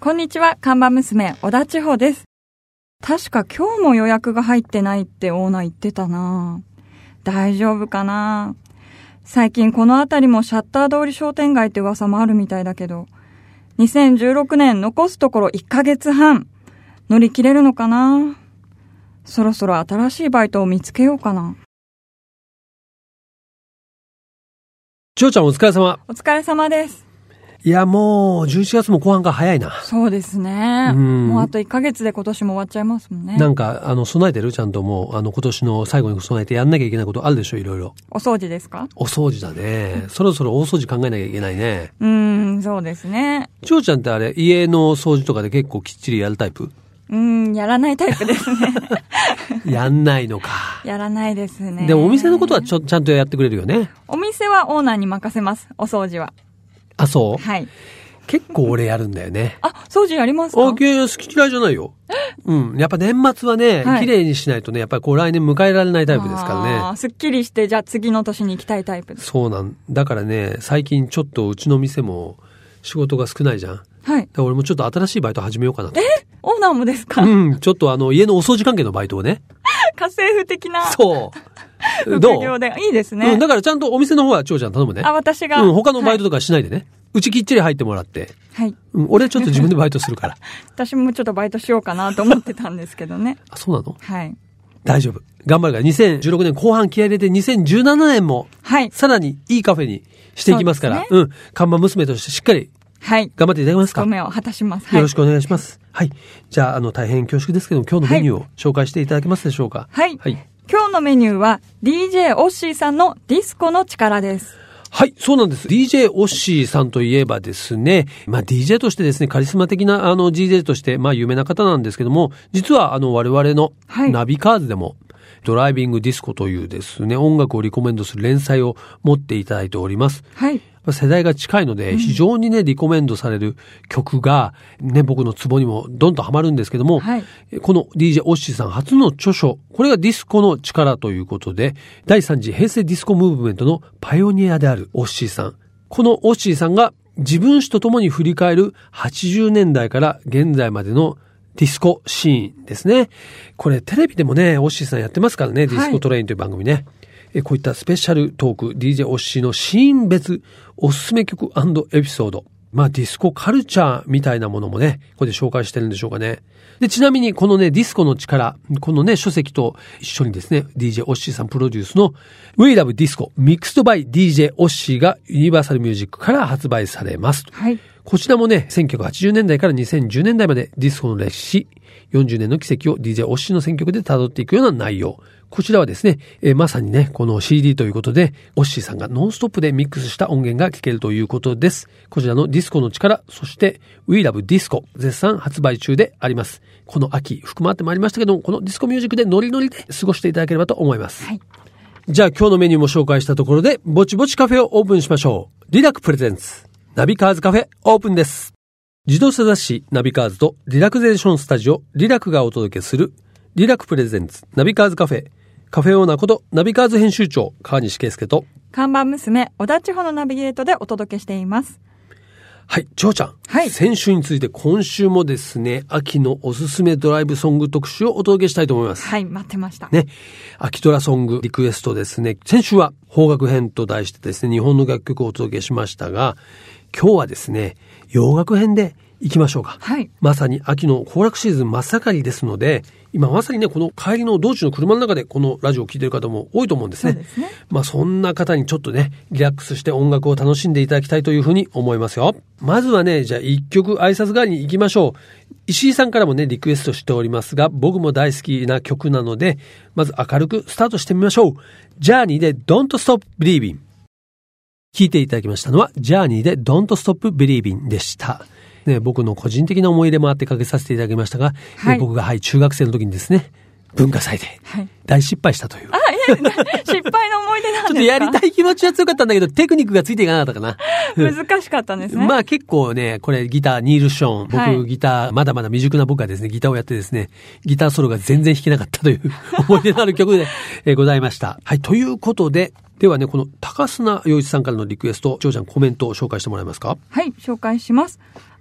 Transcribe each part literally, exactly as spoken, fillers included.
こんにちは、看板娘、小田千穂です。確か今日も予約が入ってないってオーナー言ってたな。大丈夫かな。最近この辺りもシャッター通り商店街って噂もあるみたいだけど、にせんじゅうろくねん残すところいっかげつはん、乗り切れるのかな。そろそろ新しいバイトを見つけようかな。 千穂ちゃんお疲れ様。 お疲れ様です。 いやもうじゅういちがつも後半が早いな。 そうですね。もうあといっかげつで今年も終わっちゃいますもんね。 なんかあの備えてるちゃんともうあの今年の最後に備えてやんなきゃいけないことあるでしょいろいろ。 お掃除ですか？ お掃除だね。そろそろ大掃除考えなきゃいけないね。 うーん、そうですね。 千穂ちゃんってあれ家の掃除とかで結構きっちりやるタイプ？ うーん、やらないタイプですね。 やんないのか。 やらないですね。 でもお店のことはちょちゃんとやってくれるよね。 お店はオーナーに任せます。お掃除は。 あ、そう？ はい。 結構俺やるんだよね。 あ、掃除やりますか？ あ、好き嫌いじゃないよ。うん。やっぱ年末はね、はい、綺麗にしないとね、やっぱりこう来年迎えられないタイプですからね。 ああ、すっきりしてじゃあ次の年に行きたいタイプ。 そうなん。だからね、最近ちょっとうちの店も仕事が少ないじゃん。 はい。 だから俺もちょっと新しいバイト始めようかなと。 え？オーナーもですか？ うん。ちょっとあの家のお掃除関係のバイトをね。 家政婦的な。 そう。どう？でいいですね。 うん。だからちゃんとお店の方は長ちゃん頼むね。 あ、私が。 うん。他のバイトとかしないでね。はいうちきっちり入ってもらって。 はい。 うん、俺ちょっと自分でバイトするから。 私もちょっとバイトしようかなと思ってたんですけどね。 あ、そうなの？ はい。 大丈夫。頑張るからにせんじゅうろくねん後半気合い入れてにせんじゅうななねんも、はい。さらにいいカフェにしていきますから、うね、うん。看板娘としてしっかり、はい。頑張っていただけますか？ 務めを果たします。はい。 よろしくお願いします。はい。じゃあ、あの、大変恐縮ですけども、今日のメニューを紹介していただけますでしょうか？ はい。はい。今日のメニューは ディージェー オッシーさんのディスコの力です。 はい、そうなんです。ディージェー オッシーさんといえばですね、まあ ディージェー としてですね、カリスマ的なあの ディージェー としてまあ有名な方なんですけども、実はあの我々のナビカーズでも、はい、ドライビングディスコというですね、音楽をリコメンドする連載を持っていただいております。はい。世代が近いので、非常にね、リコメンドされる曲が、ね、僕のツボにもどんとハマるんですけども、はい、この ディージェー オッシーさん初の著書、これがディスコの力ということで、だいさん次平成ディスコムーブメントのパイオニアであるオッシーさん。このオッシーさんが自分史とともに振り返るはちじゅうねんだいから現在までのディスコシーンですね。これテレビでもね、オッシーさんやってますからね、ディスコトレインという番組ね。はい、こういったスペシャルトーク、ディージェー オッシーのシーン別おすすめ曲&エピソード。まあディスコカルチャーみたいなものもね、ここで紹介してるんでしょうかね。で、ちなみにこのね、ディスコの力、このね、書籍と一緒にですね、ディージェー オッシーさんプロデュースの We Love Disco Mixed by ディージェー オッシーがユニバーサルミュージックから発売されます。はい。こちらもね、せんきゅうひゃくはちじゅうねんだいからにせんじゅうねんだいまでディスコの歴史、よんじゅうねんの奇跡を ディージェー オッシーの選曲で辿っていくような内容。こちらはですね、えー、まさにね、この シーディー ということで、オッシーさんがノンストップでミックスした音源が聴けるということです。こちらのディスコの力、そして We Love Disco 絶賛発売中であります。この秋、含まってまいりましたけども、このディスコミュージックでノリノリで過ごしていただければと思います。はい。じゃあ今日のメニューも紹介したところで、ぼちぼちカフェをオープンしましょう。リラクプレゼンツ、ナビカーズカフェオープンです。自動車雑誌ナビカーズとリラクゼーションスタジオリラクがお届けするリラクプレゼンツナビカーズカフェ、カフェオーナーことナビカーズ編集長川西圭介と看板娘小田千穂のナビゲートでお届けしています。 はい、千穂ちゃん、はい、先週について今週もですね、秋のおすすめドライブソング特集をお届けしたいと思います。 はい、待ってましたね。秋ドラソングリクエストですね。先週は邦楽編と題してですね、日本の楽曲をお届けしましたが、今日はですね、洋楽編で行きましょうか。はい。まさに秋の行楽シーズン真っ盛りですので、今まさにね、この帰りの道中の車の中でこのラジオを聴いている方も多いと思うんですね。そうですね。まあそんな方にちょっとね、リラックスして音楽を楽しんでいただきたいというふうに思いますよ。まずはね、じゃあ一曲挨拶代わりに行きましょう。石井さんからもね、リクエストしておりますが、僕も大好きな曲なので、まず明るくスタートしてみましょう。ジャーニーで Don't Stop Believing。聴いていただきましたのは、ジャーニーで Don't Stop Believing でした。ね、僕の個人的な思い入れもあってかけさせていただきましたが、はい、僕が、はい、中学生の時にですね、文化祭で大失敗したという。 はい、あ、いや、失敗の思い出なんですか？ちょっとやりたい気持ちは強かったんだけど、テクニックがついていかなかったかな。 難しかったんですね。 まあ結構ね、これギター、ニール・ショーン、僕、はい、ギター、まだまだ未熟な僕がですね、ギターをやってですね、ギターソロが全然弾けなかったという思い出のある曲で、えー、ございました。はい、ということで、ではね、この高砂洋一さんからのリクエスト、ジョーちゃんコメントを紹介してもらえますか？ はい、紹介します。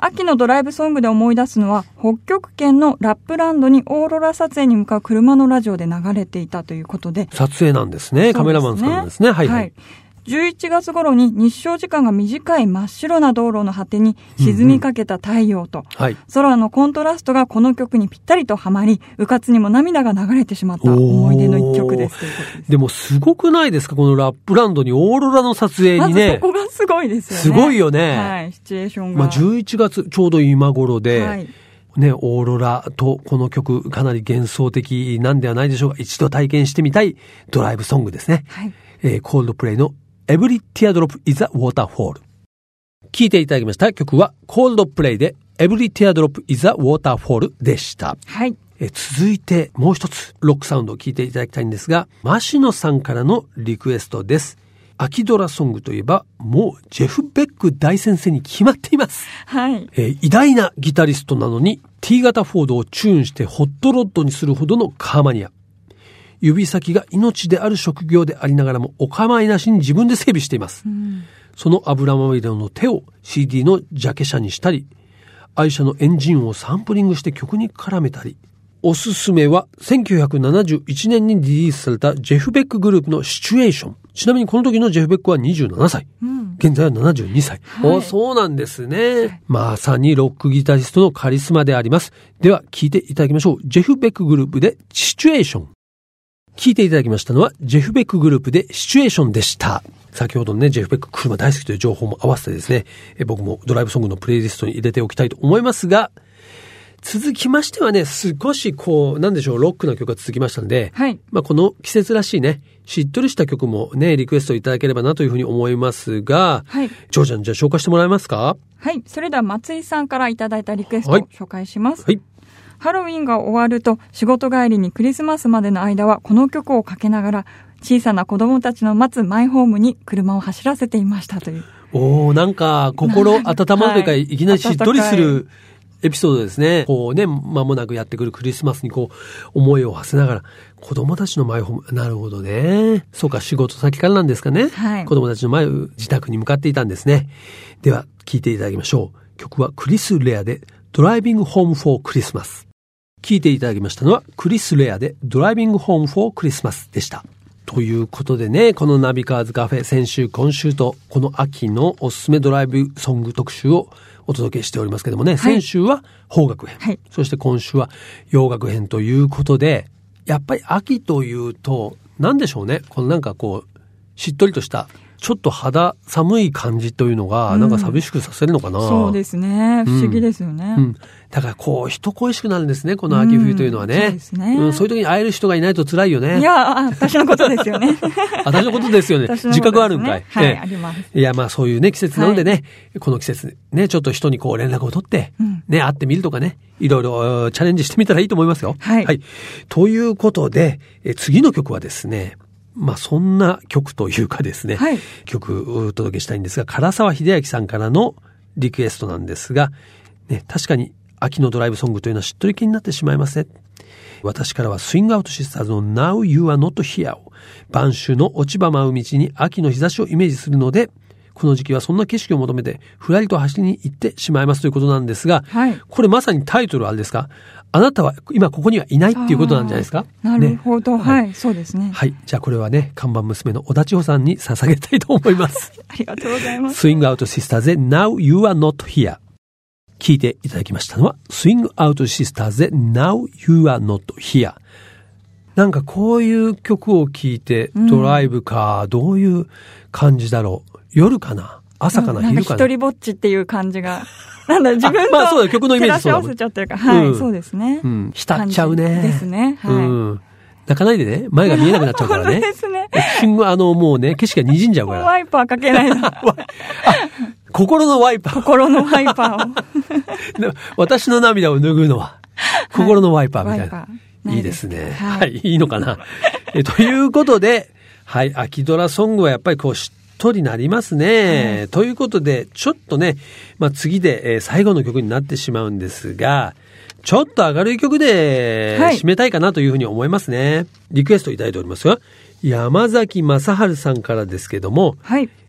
秋のドライブソングで思い出すのは、北極圏のラップランドにオーロラ撮影に向かう車のラジオで流れていたということで。 撮影なんですね。カメラマンさんなんですね。はいはい。はい、 じゅういちがつ頃に日照時間が短い真っ白な道路の果てに沈みかけた太陽と、うんうんはい、空のコントラストがこの曲にぴったりとはまり、うかつにも涙が流れてしまった思い出の一曲ですということです。 でもすごくないですか、このラップランドにオーロラの撮影にね。 まずそこがすごいですよね。 すごいよね。 はい、シチュエーションが。 まあ、じゅういちがつちょうど今頃で、はいね、オーロラとこの曲かなり幻想的なんではないでしょうか。一度体験してみたいドライブソングですね。はい、えー、コールドプレイのEvery Teardrop is a Waterfall。聴いていただきました曲はコールドプレイで Every Teardrop is a Waterfall でした。 はい。 え続いてもう一つロックサウンドを聴いていただきたいんですが、マシノさんからのリクエストです。秋ドラソングといえばもうジェフ・ベック大先生に決まっています。 はい。 えー、偉大なギタリストなのに T 型フォードをチューンしてホットロッドにするほどのカーマニア。指先が命である職業でありながらもお構いなしに自分で整備しています。うん、その油まみれの手を シーディー のジャケ写にしたり、愛車のエンジンをサンプリングして曲に絡めたり、おすすめはせんきゅうひゃくななじゅういちねんにリリースされたジェフ・ベックグループのシチュエーション。ちなみにこの時のジェフ・ベックはにじゅうななさい。うん、現在はななじゅうにさい。はい、お、そうなんですね、はい。まさにロックギタリストのカリスマであります。では聴いていただきましょう。ジェフ・ベックグループでシチュエーション。聴いていただきましたのはジェフ・ベックグループでシチュエーションでした。先ほどのね、ジェフ・ベック車大好きという情報も合わせてですね、え僕もドライブソングのプレイリストに入れておきたいと思いますが、続きましてはね、少しこう、なんでしょう、ロックな曲が続きましたので、はい、まあこの季節らしいね、しっとりした曲もね、リクエストいただければなというふうに思いますが、はい。ジョージャン、じゃあ紹介してもらえますか？ はい。それでは松井さんからいただいたリクエストを紹介します。はい。はい、ハロウィンが終わると仕事帰りにクリスマスまでの間はこの曲をかけながら小さな子供たちの待つマイホームに車を走らせていましたという。 おー、なんか心温まるというか、はい、いきなりしっとりするエピソードですね。こうね、間もなくやってくるクリスマスにこう思いを馳せながら子供たちのマイホーム、なるほどね。そうか、仕事先からなんですかね。はい、子供たちの前自宅に向かっていたんですね。では聴いていただきましょう。曲はクリス・レアでドライビングホームフォークリスマス。聴いていただきましたのはクリス・レアでドライビングホームフォークリスマスでした。ということでね、このナビカーズカフェ、先週今週とこの秋のおすすめドライブソング特集をお届けしておりますけどもね、はい、先週は邦楽編、はい、そして今週は洋楽編ということで、やっぱり秋というと何でしょうね、このなんかこうしっとりとしたちょっと肌寒い感じというのがなんか寂しくさせるのかな、うん、 そうですね、不思議ですよね、うんうん、 だからこう人恋しくなるんですね、この秋冬というのはね、うん、そうですね、うん、そういう時に会える人がいないと辛いよね。 いや、私のことですよね私のことですよね。自覚あるんかい。 はい、あります。 いや、まあそういうね季節なのでね、はい、この季節ねちょっと人にこう連絡を取って、うん、ね会ってみるとかね、いろいろチャレンジしてみたらいいと思いますよ。はい、はい、ということでえ次の曲はですね、まあそんな曲というかですね、はい、曲をお届けしたいんですが、唐沢秀明さんからのリクエストなんですが、ね、確かに秋のドライブソングというのはしっとり気になってしまいますね。私からはスイングアウトシスターズの Now You Are Not Here を晩秋の落ち葉舞う道に秋の日差しをイメージするので、この時期はそんな景色を求めてふらりと走りに行ってしまいますということなんですが、はい、これまさにタイトルはあれですか、あなたは今ここにはいないっていうことなんじゃないですか。 なるほど、ね、はい、はい、そうですね。 はい、じゃあこれはね、看板娘の小田千穂さんに捧げたいと思います。 ありがとうございます。 スイングアウトシスターズで Now You Are Not Here。聞いていただきましたのはスイングアウトシスターズで Now You Are Not Here。なんかこういう曲を聴いてドライブか、どういう感じだろう。夜かな、朝かな、昼かな。 一人ぼっちっていう感じが。なんだ、自分とまあそうだ、曲のイメージそうだもん。 照らし合わせちゃってるから。はい、うん、そうですね。 うん。浸っちゃうね。 ですね。はい。うん。 泣かないでね。前が見えなくなっちゃうからね。 そうですね。 一瞬あの、もうね、景色が滲んじゃうから。 ワイパーかけないの。あ、 心のワイパー。 心のワイパーを。私の涙を拭うのは、心のワイパーみたいな。はい、いいですね。はい、はい、いいのかな。えということで、はい、秋ドラソングはやっぱりこう、しっとりなりますね。はい、ということで、ちょっとね、まあ次で、えー、最後の曲になってしまうんですが、ちょっと明るい曲で締めたいかなというふうに思いますね。はい、リクエストいただいておりますよ。山崎正治さんからですけども、はい、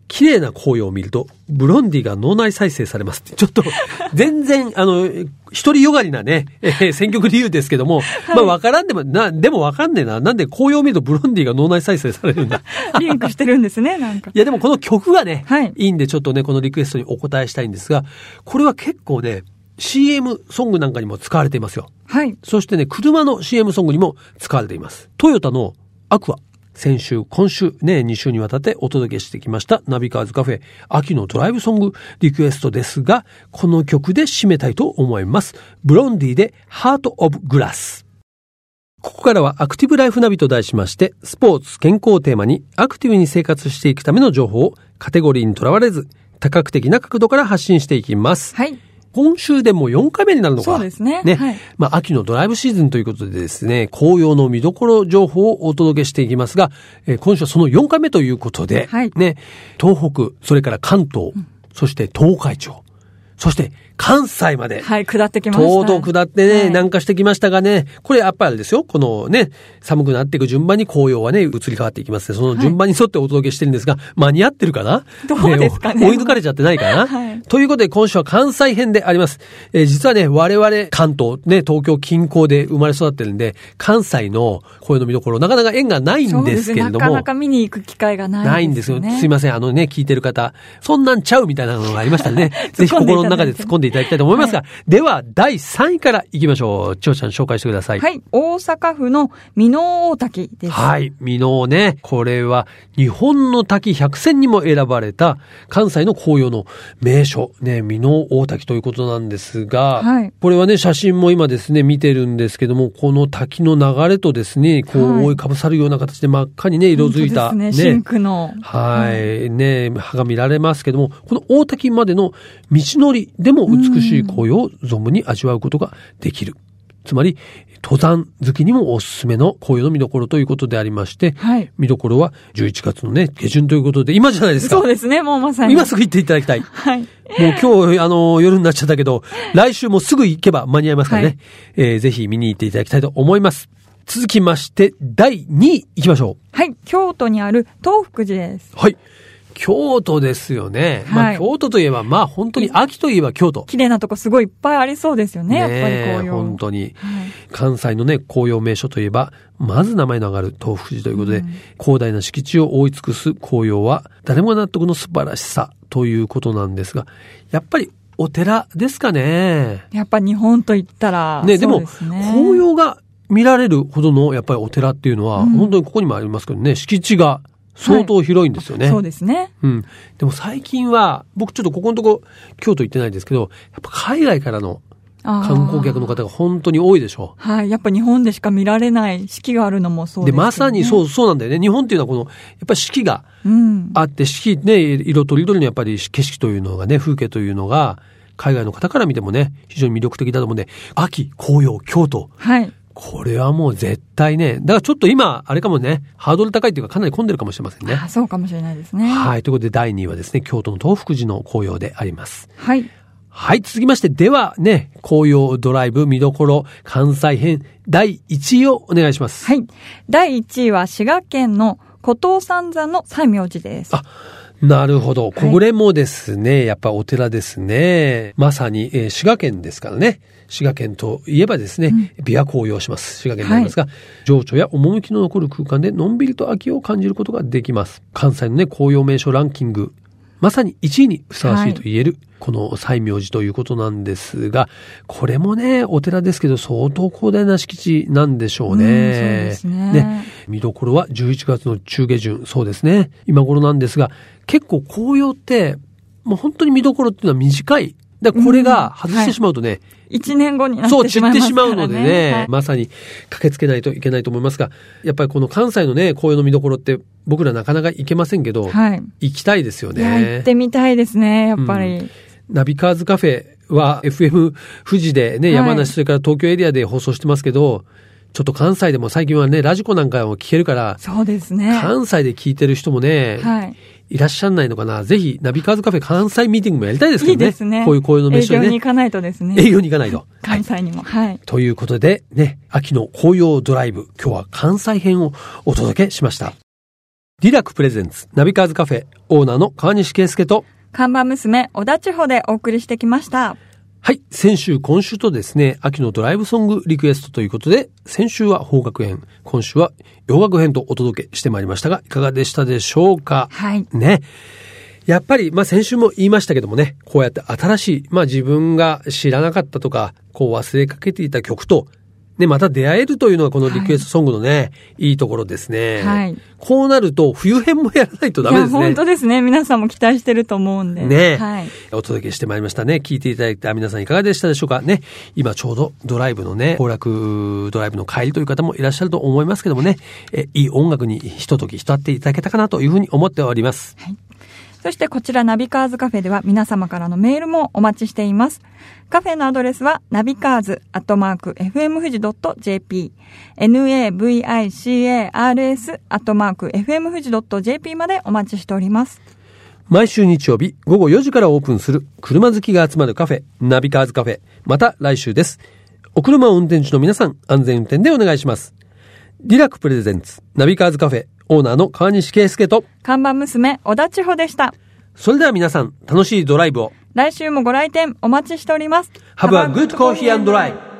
綺麗な紅葉を見ると、ブロンディが脳内再生されますって、ちょっと、全然、あの、一人よがりなね、えー、選曲理由ですけども、はい、まあわからんでも、な、でもわかんねえな。なんで紅葉を見るとブロンディが脳内再生されるんだ。 リンクしてるんですね、なんか。 いやでもこの曲がね、 はい、 いいんでちょっとね、このリクエストにお答えしたいんですが、これは結構ね、シーエム ソングなんかにも使われていますよ。 はい。 そしてね、車の シーエム ソングにも使われています。トヨタのアクア。先週、今週ね、に週にわたってお届けしてきましたナビカーズカフェ秋のドライブソングリクエストですが、この曲で締めたいと思います。ブロンディでハートオブグラス。ここからはアクティブライフナビと題しまして、スポーツ、健康をテーマにアクティブに生活していくための情報をカテゴリーにとらわれず、多角的な角度から発信していきます。 はい。 今週でもうよんかいめになるのか。 そうですね。 ね。 はい。 まあ、秋のドライブシーズンということでですね、紅葉の見どころ情報をお届けしていきますが、えー、今週はそのよんかいめということで、 はい。 ね、東北、それから関東、うん、そして東海地方、そして関西まで。 はい、下ってきました。 とうとう下ってね、 はい、 南下してきましたがね、これやっぱりあれですよ、このね、寒くなっていく順番に紅葉はね、移り変わっていきますね。その順番に沿ってお届けしてるんですが、はい、間に合ってるかな？ どうですかね。 追い抜かれちゃってないかな、はい、ということで今週は関西編であります。えー、実はね、我々関東、ね、東京近郊で生まれ育ってるんで、関西の紅葉の見どころ、なかなか縁がないんですけれども。 なかなか見に行く機会がないんですよね。 ないんですよ。すいません、あのね、聞いてる方、そんなんちゃうみたいなのがありましたらね、ぜひ心の中で突っ込んでいただきたいと思いますが、はい、ではだいさんいから行きましょう。千代ちゃん紹介してください。 はい。大阪府の箕面大滝です。 はい。箕面ね。これは日本の滝百選にも選ばれた関西の紅葉の名所。ね、箕面大滝ということなんですが、はい。これはね、写真も今ですね、見てるんですけども、この滝の流れとですね、こう覆いかぶさるような形で真っ赤にね、色づいた。 そうですね。深紅の。 はい。はい、ね、葉が見られますけども、この大滝までの道のりでも美しい紅葉を存分に味わうことができる。つまり、登山好きにもおすすめの紅葉の見どころということでありまして、はい、見どころはじゅういちがつのね、下旬ということで、今じゃないですか。 そうですね、もうまさに。 今すぐ行っていただきたい。 はい。もう今日、あの、夜になっちゃったけど、来週もすぐ行けば間に合いますからね、はい、えー、ぜひ見に行っていただきたいと思います。続きまして、だいにい行きましょう。 はい、京都にある東福寺です。 はい。京都ですよね。まあ、はい、京都といえば、まあ本当に秋といえば京都。 綺麗なとこすごいいっぱいありそうですよね、やっぱり紅葉。 本当に、はい。関西のね、紅葉名所といえば、まず名前の上がる東福寺ということで、うん、広大な敷地を覆い尽くす紅葉は、誰もが納得の素晴らしさということなんですが、やっぱりお寺ですかね。 やっぱ日本と言ったら、 ね、でも、紅葉が見られるほどのやっぱりお寺っていうのは、うん、本当にここにもありますけどね、敷地が、相当広いんですよね、 はい。そうですね。 うん。でも最近は、僕ちょっとここのとこ、京都行ってないですけど、やっぱ海外からの観光客の方が本当に多いでしょう。 はい。やっぱ日本でしか見られない四季があるのもそうですね。 で、まさにそう、そうなんだよね。日本っていうのはこの、やっぱり四季があって、うん、四季ね、色とりどりのやっぱり景色というのがね、風景というのが、海外の方から見てもね、非常に魅力的だと思うんで、秋、紅葉、京都。 はい。 これはもう絶対ね。だからちょっと今、あれかもね、ハードル高いっていうかかなり混んでるかもしれませんね。 あ、そうかもしれないですね。 はい。ということでだいにいはですね、京都の東福寺の紅葉であります。 はい。 はい。続きまして、ではね、紅葉ドライブ見どころ関西編だいいちいをお願いします。 はい。だいいちいは滋賀県の古東三山の西明寺です。 あ、なるほど。これもですね、はい、やっぱお寺ですね。まさに、えー、滋賀県ですからね。滋賀県といえばですね、うん、琵琶湖を擁します。滋賀県になりますが、はい、情緒や趣の残る空間でのんびりと秋を感じることができます。関西のね、紅葉名所ランキング、まさにいちいにふさわしいと言える、はい、この西明寺ということなんですが、これもね、お寺ですけど相当広大な敷地なんでしょうね。うん、そうですね。ね、 見どころはじゅういちがつの中下旬、そうですね。今頃なんですが、結構紅葉って、もう本当に見どころっていうのは短い。だこれが外してしまうとね、 いちねんごになってしまいますからね。そう、散ってしまうのでね、はい、まさに駆けつけないといけないと思いますが、やっぱりこの関西のね、紅葉の見どころって僕らなかなか行けませんけど、はい、行きたいですよね。 いや、行ってみたいですね、やっぱり。うん、 ナビカーズカフェは エフエム 富士でね、山梨、それから東京エリアで放送してますけど、ちょっと関西でも最近はね、ラジコなんかも聞けるから、 そうですね。 関西で聞いてる人もね、はい。いらっしゃらないのかな。ぜひ、ナビカーズカフェ関西ミーティングもやりたいですけどね。 いいですね。 こういう紅葉の飯をね。 営業に行かないとですね。 営業に行かないと。 関西にも。はい。はい、 ということで、ね、秋の紅葉ドライブ、今日は関西編をお届けしました。 リラクプレゼンツナビカーズカフェオーナーの川西圭介と看板娘小田千穂でお送りしてきました。 はい。先週、今週とですね、秋のドライブソングリクエストということで、先週は邦楽編、今週は洋楽編とお届けしてまいりましたが、いかがでしたでしょうか？ はい。 ね。やっぱり、まあ、先週も言いましたけどもね、こうやって新しい、まあ、自分が知らなかったとか、こう忘れかけていた曲と、ね、また出会えるというのがこのリクエストソングのね、はい、いいところですね。はい。こうなると、冬編もやらないとダメですね。 いや、本当ですね。皆さんも期待してると思うんで。 ね。 はい。 お届けしてまいりましたね。聞いていただいた皆さんいかがでしたでしょうかね。今ちょうどドライブのね、行楽ドライブの帰りという方もいらっしゃると思いますけどもね、え、いい音楽にひととき浸っていただけたかなというふうに思っております。はい。 そしてこちらナビカーズカフェでは皆様からのメールもお待ちしています。カフェのアドレスはナビカーズアットマーク エフエム フジ ドット ジェーピー ナビカーズ アットマーク エフエム フジ ドット ジェーピー までお待ちしております。 毎週日曜日午後よじからオープンする車好きが集まるカフェナビカーズカフェ、また来週です。お車を運転中の皆さん、安全運転でお願いします。リラクプレゼンツナビカーズカフェオーナーの川西圭介と看板娘小田千穂でした。 それでは皆さん、楽しいドライブを。 来週もご来店お待ちしております。 Have a good coffee and drive.